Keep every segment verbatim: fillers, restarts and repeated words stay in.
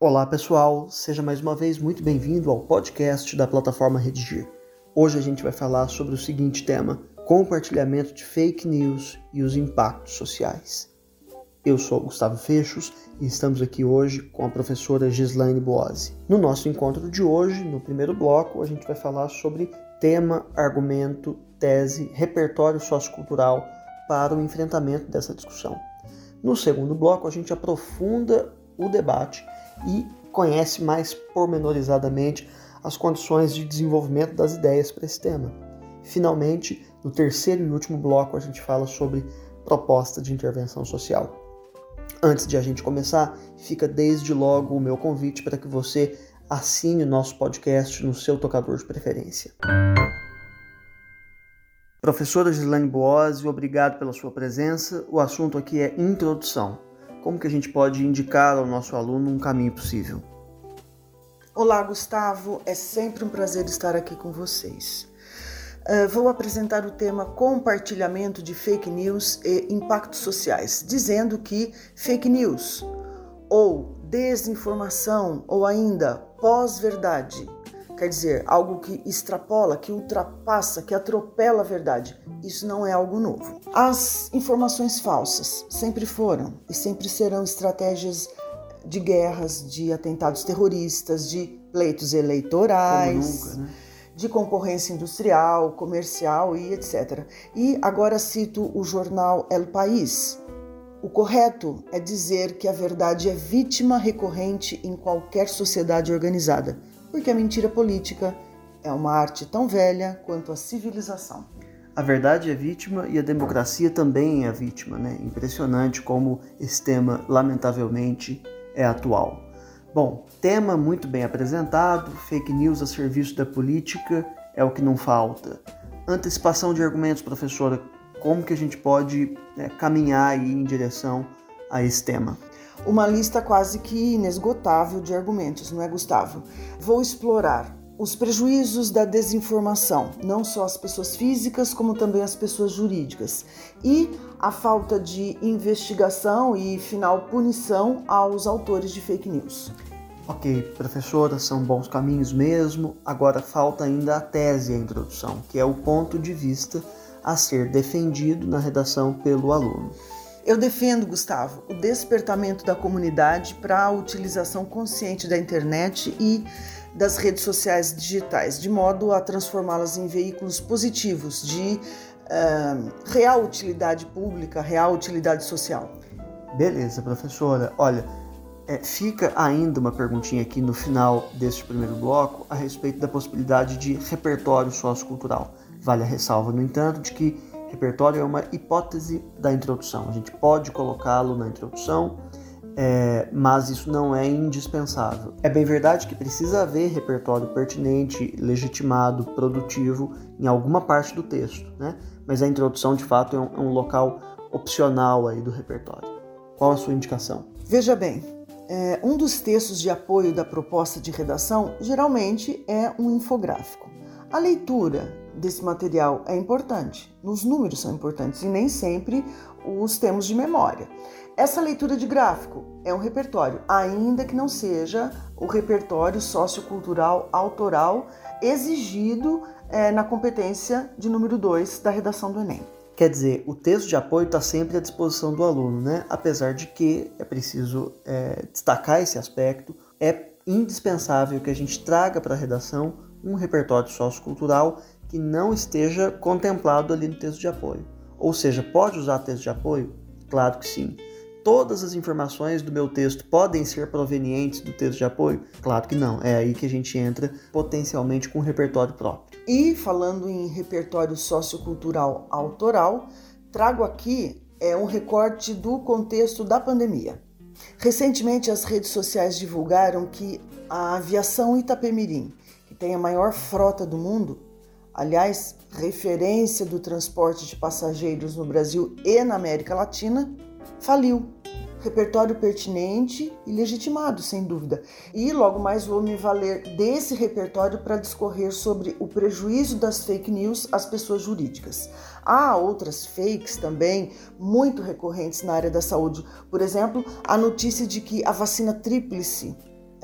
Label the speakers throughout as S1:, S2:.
S1: Olá pessoal, seja mais uma vez muito bem-vindo ao podcast da plataforma Redigir. Hoje a gente vai falar sobre o seguinte tema: compartilhamento de fake news e os impactos sociais. Eu sou Gustavo Fechos e estamos aqui hoje com a professora Gislaine Boazzi. No nosso encontro de hoje, no primeiro bloco, a gente vai falar sobre tema, argumento, tese, repertório sociocultural para o enfrentamento dessa discussão. No segundo bloco, a gente aprofunda o debate e conhece mais pormenorizadamente as condições de desenvolvimento das ideias para esse tema. Finalmente, no terceiro e último bloco, a gente fala sobre proposta de intervenção social. Antes de a gente começar, fica desde logo o meu convite para que você assine o nosso podcast no seu tocador de preferência. Professora Gislaine Boazzi, obrigado pela sua presença. O assunto aqui é introdução. Como que a gente pode indicar ao nosso aluno um caminho possível?
S2: Olá, Gustavo. É sempre um prazer estar aqui com vocês. Uh, vou apresentar o tema compartilhamento de fake news e impactos sociais, dizendo que fake news ou desinformação ou ainda pós-verdade, quer dizer, algo que extrapola, que ultrapassa, que atropela a verdade. Isso não é algo novo. As informações falsas sempre foram e sempre serão estratégias de guerras, de atentados terroristas, de pleitos eleitorais,
S1: Como nunca, né?
S2: De concorrência industrial, comercial e etcétera. E agora cito o jornal El País. O correto é dizer que a verdade é vítima recorrente em qualquer sociedade organizada, porque a mentira política é uma arte tão velha quanto a civilização.
S1: A verdade é vítima e a democracia também é vítima, né? Impressionante como esse tema, lamentavelmente, é atual. Bom, tema muito bem apresentado, fake news a serviço da política é o que não falta. Antecipação de argumentos, professora, como que a gente pode né, caminhar aí em direção a esse tema?
S2: Uma lista quase que inesgotável de argumentos, não é, Gustavo? Vou explorar os prejuízos da desinformação, não só as pessoas físicas, como também as pessoas jurídicas, e a falta de investigação e, final, punição aos autores de fake news.
S1: Ok, professora, são bons caminhos mesmo. Agora falta ainda a tese e a introdução, que é o ponto de vista a ser defendido na redação pelo aluno.
S2: Eu defendo, Gustavo, o despertamento da comunidade para a utilização consciente da internet e das redes sociais digitais, de modo a transformá-las em veículos positivos de uh, real utilidade pública, real utilidade social.
S1: Beleza, professora. Olha, é, fica ainda uma perguntinha aqui no final deste primeiro bloco a respeito da possibilidade de repertório sociocultural. Vale a ressalva, no entanto, de que repertório é uma hipótese da introdução. A gente pode colocá-lo na introdução, é, mas isso não é indispensável. É bem verdade que precisa haver repertório pertinente, legitimado, produtivo em alguma parte do texto, né? Mas a introdução, de fato, é um, é um local opcional aí do repertório. Qual a sua indicação?
S2: Veja bem, é, um dos textos de apoio da proposta de redação geralmente é um infográfico. A leitura desse material é importante, os números são importantes e nem sempre os temos de memória. Essa leitura de gráfico é um repertório, ainda que não seja o repertório sociocultural autoral exigido é, na competência de número dois da redação do Enem.
S1: Quer dizer, o texto de apoio está sempre à disposição do aluno, né? Apesar de que é preciso é, destacar esse aspecto, é indispensável que a gente traga para a redação um repertório sociocultural que não esteja contemplado ali no texto de apoio. Ou seja, pode usar texto de apoio? Claro que sim. Todas as informações do meu texto podem ser provenientes do texto de apoio? Claro que não. É aí que a gente entra potencialmente com um repertório próprio.
S2: E falando em repertório sociocultural autoral, trago aqui é, um recorte do contexto da pandemia. Recentemente as redes sociais divulgaram que a aviação Itapemirim, que tem a maior frota do mundo, aliás, referência do transporte de passageiros no Brasil e na América Latina, faliu. Repertório pertinente e legitimado, sem dúvida. E logo mais vou me valer desse repertório para discorrer sobre o prejuízo das fake news às pessoas jurídicas. Há outras fakes também muito recorrentes na área da saúde. Por exemplo, a notícia de que a vacina tríplice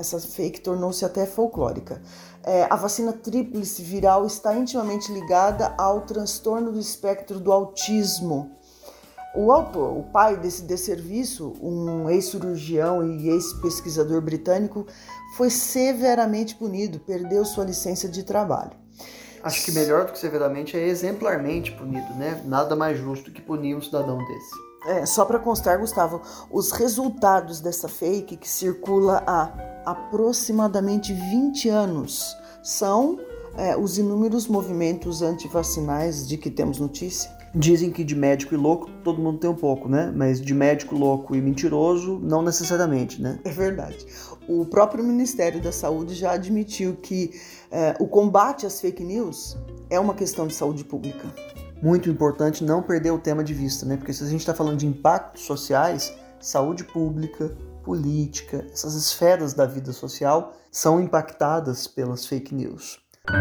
S2: essa fake tornou-se até folclórica. É, a vacina tríplice viral está intimamente ligada ao transtorno do espectro do autismo. O autor, o pai desse desserviço, um ex-cirurgião e ex-pesquisador britânico, foi severamente punido, perdeu sua licença de trabalho.
S1: Acho que melhor do que severamente é exemplarmente punido, né? Nada mais justo que punir um cidadão desse.
S2: É, só para constar, Gustavo, os resultados dessa fake que circula há aproximadamente vinte anos são é, os inúmeros movimentos antivacinais de que temos notícia.
S1: Dizem que de médico e louco todo mundo tem um pouco, né? Mas de médico louco e mentiroso, não necessariamente, né?
S2: É verdade. O próprio Ministério da Saúde já admitiu que é, o combate às fake news é uma questão de saúde pública.
S1: Muito importante não perder o tema de vista, né? Porque se a gente está falando de impactos sociais, saúde pública, política, essas esferas da vida social são impactadas pelas fake news.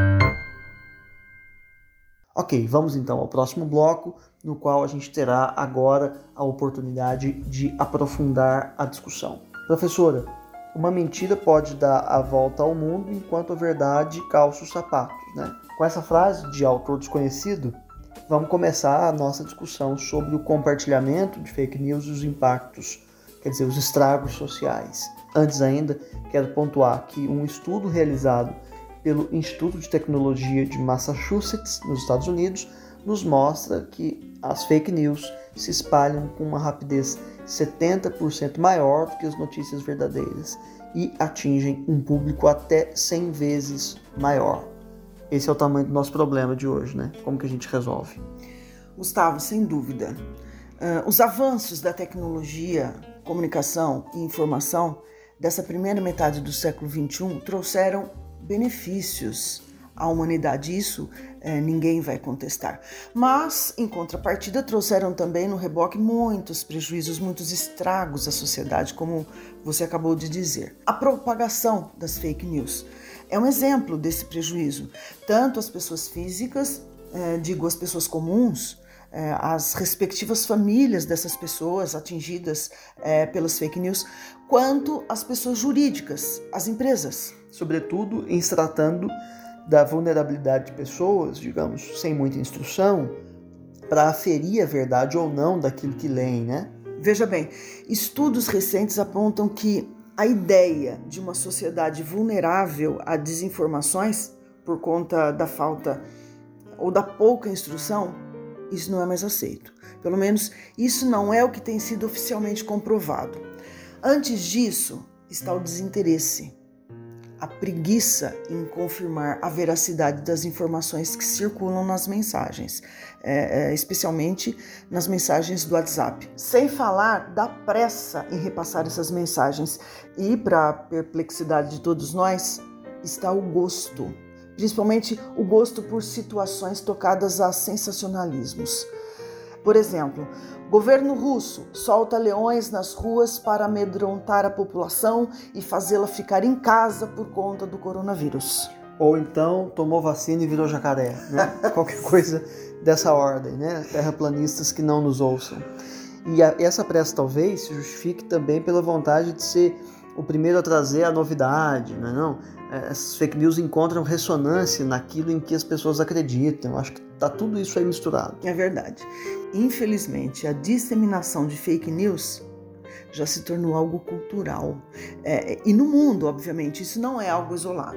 S1: Ok, vamos então ao próximo bloco, no qual a gente terá agora a oportunidade de aprofundar a discussão. Professora, uma mentira pode dar a volta ao mundo enquanto a verdade calça os sapatos, né? Com essa frase de autor desconhecido, vamos começar a nossa discussão sobre o compartilhamento de fake news e os impactos, quer dizer, os estragos sociais. Antes ainda, quero pontuar que um estudo realizado pelo Instituto de Tecnologia de Massachusetts, nos Estados Unidos, nos mostra que as fake news se espalham com uma rapidez setenta por cento maior do que as notícias verdadeiras e atingem um público até cem vezes maior. Esse é o tamanho do nosso problema de hoje, né? Como que a gente resolve?
S2: Gustavo, sem dúvida. Uh, os avanços da tecnologia, comunicação e informação dessa primeira metade do século vinte e um trouxeram benefícios à humanidade. Isso eh, ninguém vai contestar. Mas, em contrapartida, trouxeram também no reboque muitos prejuízos, muitos estragos à sociedade, como você acabou de dizer. A propagação das fake news é um exemplo desse prejuízo. Tanto as pessoas físicas, eh, digo as pessoas comuns, eh, as respectivas famílias dessas pessoas atingidas eh, pelas fake news, quanto as pessoas jurídicas, as empresas.
S1: Sobretudo em se tratando da vulnerabilidade de pessoas, digamos, sem muita instrução, para aferir a verdade ou não daquilo que leem, né?
S2: Veja bem, estudos recentes apontam que a ideia de uma sociedade vulnerável a desinformações por conta da falta ou da pouca instrução, isso não é mais aceito. Pelo menos isso não é o que tem sido oficialmente comprovado. Antes disso está o desinteresse, a preguiça em confirmar a veracidade das informações que circulam nas mensagens, é, é, especialmente nas mensagens do WhatsApp. Sem falar da pressa em repassar essas mensagens. E, para a perplexidade de todos nós, está o gosto, principalmente o gosto por situações tocadas a sensacionalismos. Por exemplo, governo russo solta leões nas ruas para amedrontar a população e fazê-la ficar em casa por conta do coronavírus.
S1: Ou então tomou vacina e virou jacaré, né? Qualquer coisa dessa ordem, né? Terraplanistas que não nos ouçam. E a, essa pressa talvez se justifique também pela vontade de ser o primeiro a trazer a novidade, não é não? Essas fake news encontram ressonância naquilo em que as pessoas acreditam. Eu acho que está tudo isso aí misturado.
S2: É verdade. Infelizmente, a disseminação de fake news já se tornou algo cultural. É, e no mundo, obviamente, isso não é algo isolado.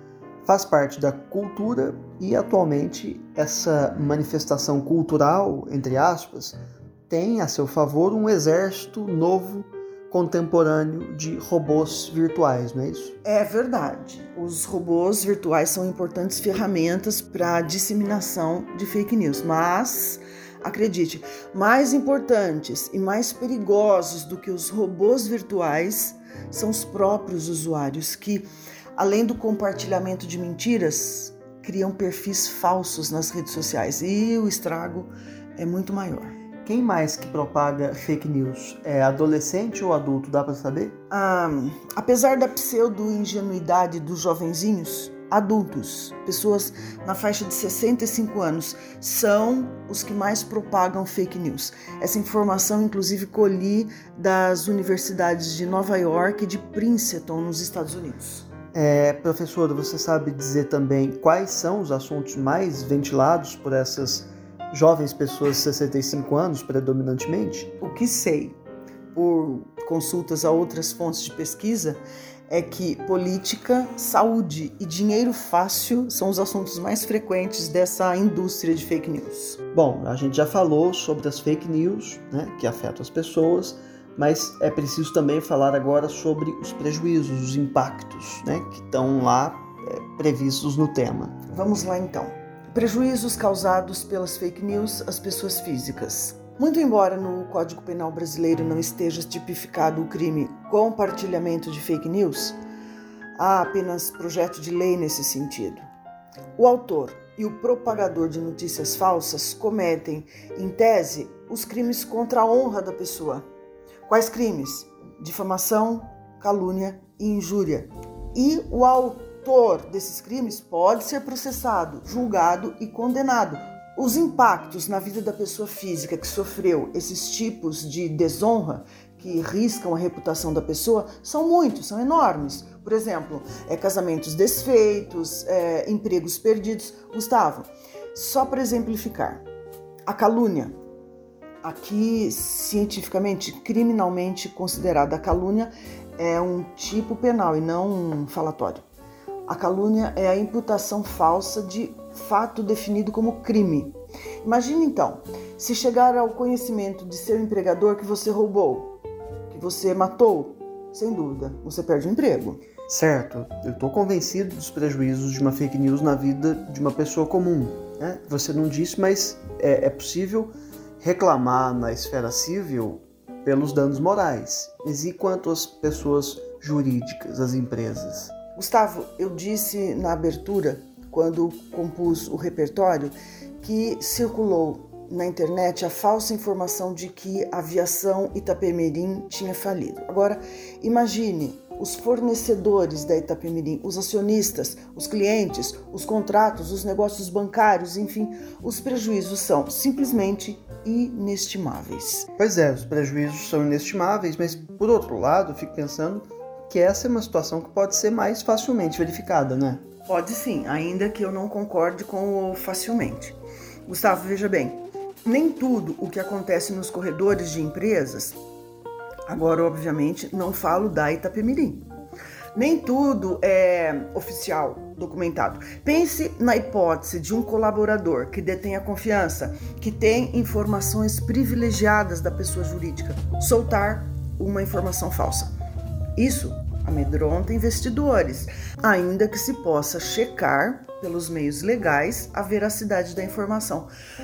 S1: Faz parte da cultura e, atualmente, essa manifestação cultural, entre aspas, tem a seu favor um exército novo, contemporâneo de robôs virtuais, não é isso?
S2: É verdade. Os robôs virtuais são importantes ferramentas para a disseminação de fake news, mas, acredite, mais importantes e mais perigosos do que os robôs virtuais são os próprios usuários que, além do compartilhamento de mentiras, criam perfis falsos nas redes sociais e o estrago é muito maior.
S1: Quem mais que propaga fake news? É adolescente ou adulto? Dá para saber?
S2: Ah, apesar da pseudo-ingenuidade dos jovenzinhos, adultos, pessoas na faixa de sessenta e cinco anos, são os que mais propagam fake news. Essa informação, inclusive, colhi das universidades de Nova York e de Princeton, nos Estados Unidos.
S1: É, professora, você sabe dizer também quais são os assuntos mais ventilados por essas jovens pessoas de sessenta e cinco anos, predominantemente?
S2: O que sei, por consultas a outras fontes de pesquisa, é que política, saúde e dinheiro fácil são os assuntos mais frequentes dessa indústria de fake news.
S1: Bom, a gente já falou sobre as fake news, né, que afetam as pessoas, mas é preciso também falar agora sobre os prejuízos, os impactos, né, que estão lá é, previstos no tema.
S2: Vamos lá então. Prejuízos causados pelas fake news às pessoas físicas. Muito embora no Código Penal brasileiro não esteja tipificado o crime compartilhamento de fake news, há apenas projeto de lei nesse sentido. O autor e o propagador de notícias falsas cometem, em tese, os crimes contra a honra da pessoa. Quais crimes? Difamação, calúnia e injúria. E o autor desses crimes pode ser processado, julgado e condenado. Os impactos na vida da pessoa física que sofreu esses tipos de desonra, que riscam a reputação da pessoa, são muitos, são enormes. Por exemplo, é, casamentos desfeitos, é, empregos perdidos. Gustavo, só para exemplificar, a calúnia, aqui cientificamente, criminalmente considerada a calúnia, é um tipo penal e não um falatório. A calúnia é a imputação falsa de fato definido como crime. Imagine então, se chegar ao conhecimento de seu empregador que você roubou, que você matou, sem dúvida, você perde o emprego.
S1: Certo, eu estou convencido dos prejuízos de uma fake news na vida de uma pessoa comum, né? Você não disse, mas é, é possível reclamar na esfera civil pelos danos morais. Mas e quanto às pessoas jurídicas, as empresas?
S2: Gustavo, eu disse na abertura, quando compus o repertório, que circulou na internet a falsa informação de que a aviação Itapemirim tinha falido. Agora, imagine os fornecedores da Itapemirim, os acionistas, os clientes, os contratos, os negócios bancários, enfim, os prejuízos são simplesmente inestimáveis.
S1: Pois é, os prejuízos são inestimáveis, mas por outro lado, eu fico pensando que essa é uma situação que pode ser mais facilmente verificada, né?
S2: Pode sim, ainda que eu não concorde com o facilmente. Gustavo, veja bem, nem tudo o que acontece nos corredores de empresas, agora obviamente não falo da Itapemirim, nem tudo é oficial, documentado. Pense na hipótese de um colaborador que detém a confiança, que tem informações privilegiadas da pessoa jurídica, soltar uma informação falsa. Isso amedronta investidores, ainda que se possa checar pelos meios legais a veracidade da informação.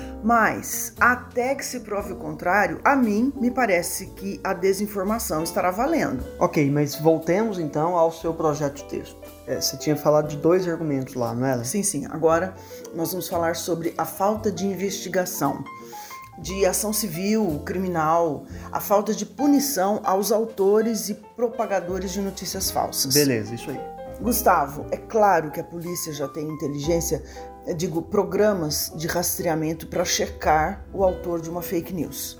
S2: Mas, até que se prove o contrário, a mim me parece que a desinformação estará valendo.
S1: Ok, mas voltemos então ao seu projeto de texto. É, você tinha falado de dois argumentos lá, não é?
S2: Sim, sim. Agora nós vamos falar sobre a falta de investigação, de ação civil, criminal, a falta de punição aos autores e propagadores de notícias falsas.
S1: Beleza, isso aí.
S2: Gustavo, é claro que a polícia já tem inteligência, digo, programas de rastreamento para checar o autor de uma fake news.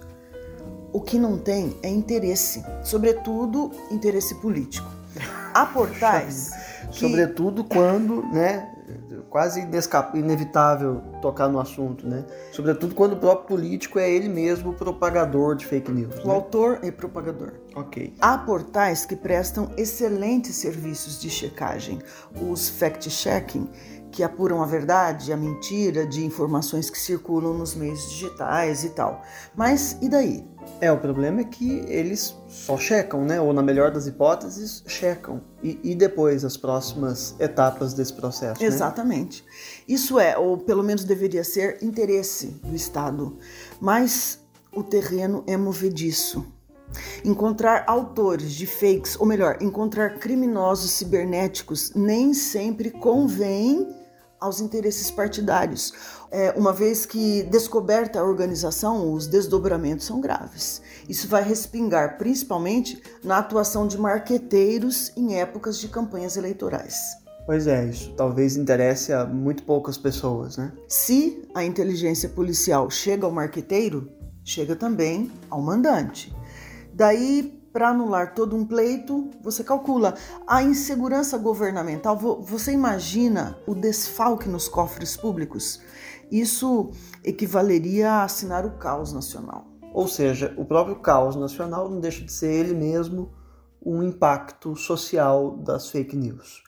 S2: O que não tem é interesse, sobretudo interesse político. Há portais que...
S1: Sobretudo quando, né, quase inevitável tocar no assunto, né? Sobretudo quando o próprio político é ele mesmo o propagador de fake news.
S2: O
S1: né?
S2: autor e propagador.
S1: Ok.
S2: Há portais que prestam excelentes serviços de checagem, os fact-checking, que apuram a verdade, a mentira de informações que circulam nos meios digitais e tal. Mas e daí?
S1: É, o problema é que eles só checam, né? Ou na melhor das hipóteses, checam. E, e depois as próximas etapas desse processo, né?
S2: Exatamente. Isso é, ou pelo menos deveria ser, interesse do Estado. Mas o terreno é movediço. Encontrar autores de fakes, ou melhor, encontrar criminosos cibernéticos nem sempre convém aos interesses partidários, é, uma vez que descoberta a organização, os desdobramentos são graves. Isso vai respingar principalmente na atuação de marqueteiros em épocas de campanhas eleitorais.
S1: Pois é, isso talvez interesse a muito poucas pessoas, né?
S2: Se a inteligência policial chega ao marqueteiro, chega também ao mandante. Daí, para anular todo um pleito, você calcula a insegurança governamental. Você imagina o desfalque nos cofres públicos? Isso equivaleria a assinar o caos nacional.
S1: Ou seja, o próprio caos nacional não deixa de ser ele mesmo um impacto social das fake news.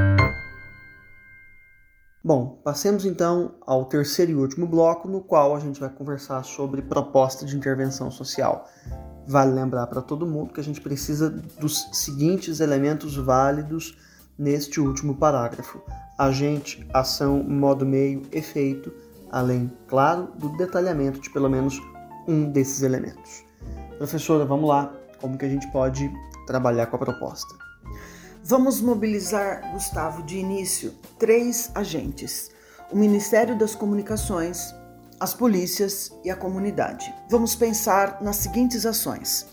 S1: Bom, passemos então ao terceiro e último bloco, no qual a gente vai conversar sobre proposta de intervenção social. Vale lembrar para todo mundo que a gente precisa dos seguintes elementos válidos neste último parágrafo: agente, ação, modo, meio, efeito, além, claro, do detalhamento de pelo menos um desses elementos. Professora, vamos lá, como que a gente pode trabalhar com a proposta?
S2: Vamos mobilizar, Gustavo, de início, três agentes: o Ministério das Comunicações, as polícias e a comunidade. Vamos pensar nas seguintes ações: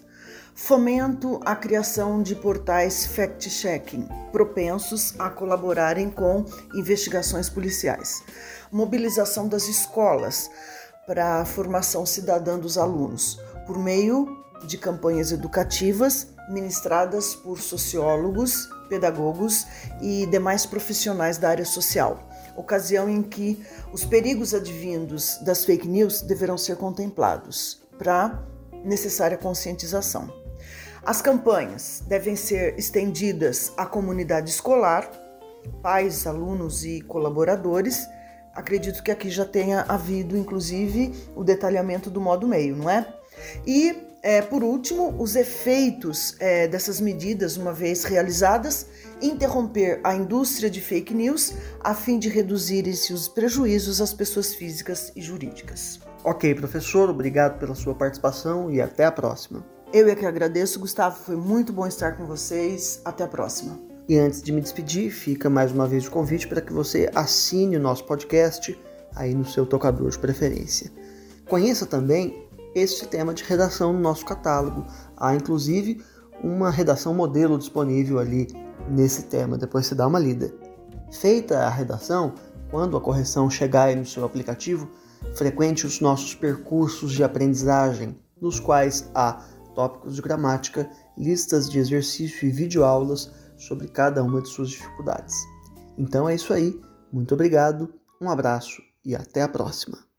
S2: fomento à criação de portais fact-checking, propensos a colaborarem com investigações policiais. Mobilização das escolas para a formação cidadã dos alunos, por meio de campanhas educativas ministradas por sociólogos, pedagogos e demais profissionais da área social, ocasião em que os perigos advindos das fake news deverão ser contemplados para necessária conscientização. As campanhas devem ser estendidas à comunidade escolar, pais, alunos e colaboradores. Acredito que aqui já tenha havido, inclusive, o detalhamento do modo meio, não é? E, é, por último, os efeitos é, dessas medidas, uma vez realizadas, interromper a indústria de fake news a fim de reduzirem-se os prejuízos às pessoas físicas e jurídicas.
S1: Ok, professor, obrigado pela sua participação e até a próxima.
S2: Eu é que agradeço, Gustavo, foi muito bom estar com vocês. Até a próxima.
S1: E antes de me despedir, fica mais uma vez o convite para que você assine o nosso podcast aí no seu tocador de preferência. Conheça também este tema de redação no nosso catálogo. Há inclusive uma redação modelo disponível ali nesse tema, depois você dá uma lida. Feita a redação, quando a correção chegar aí no seu aplicativo, frequente os nossos percursos de aprendizagem, nos quais há tópicos de gramática, listas de exercício e videoaulas sobre cada uma de suas dificuldades. Então é isso aí, muito obrigado, um abraço e até a próxima.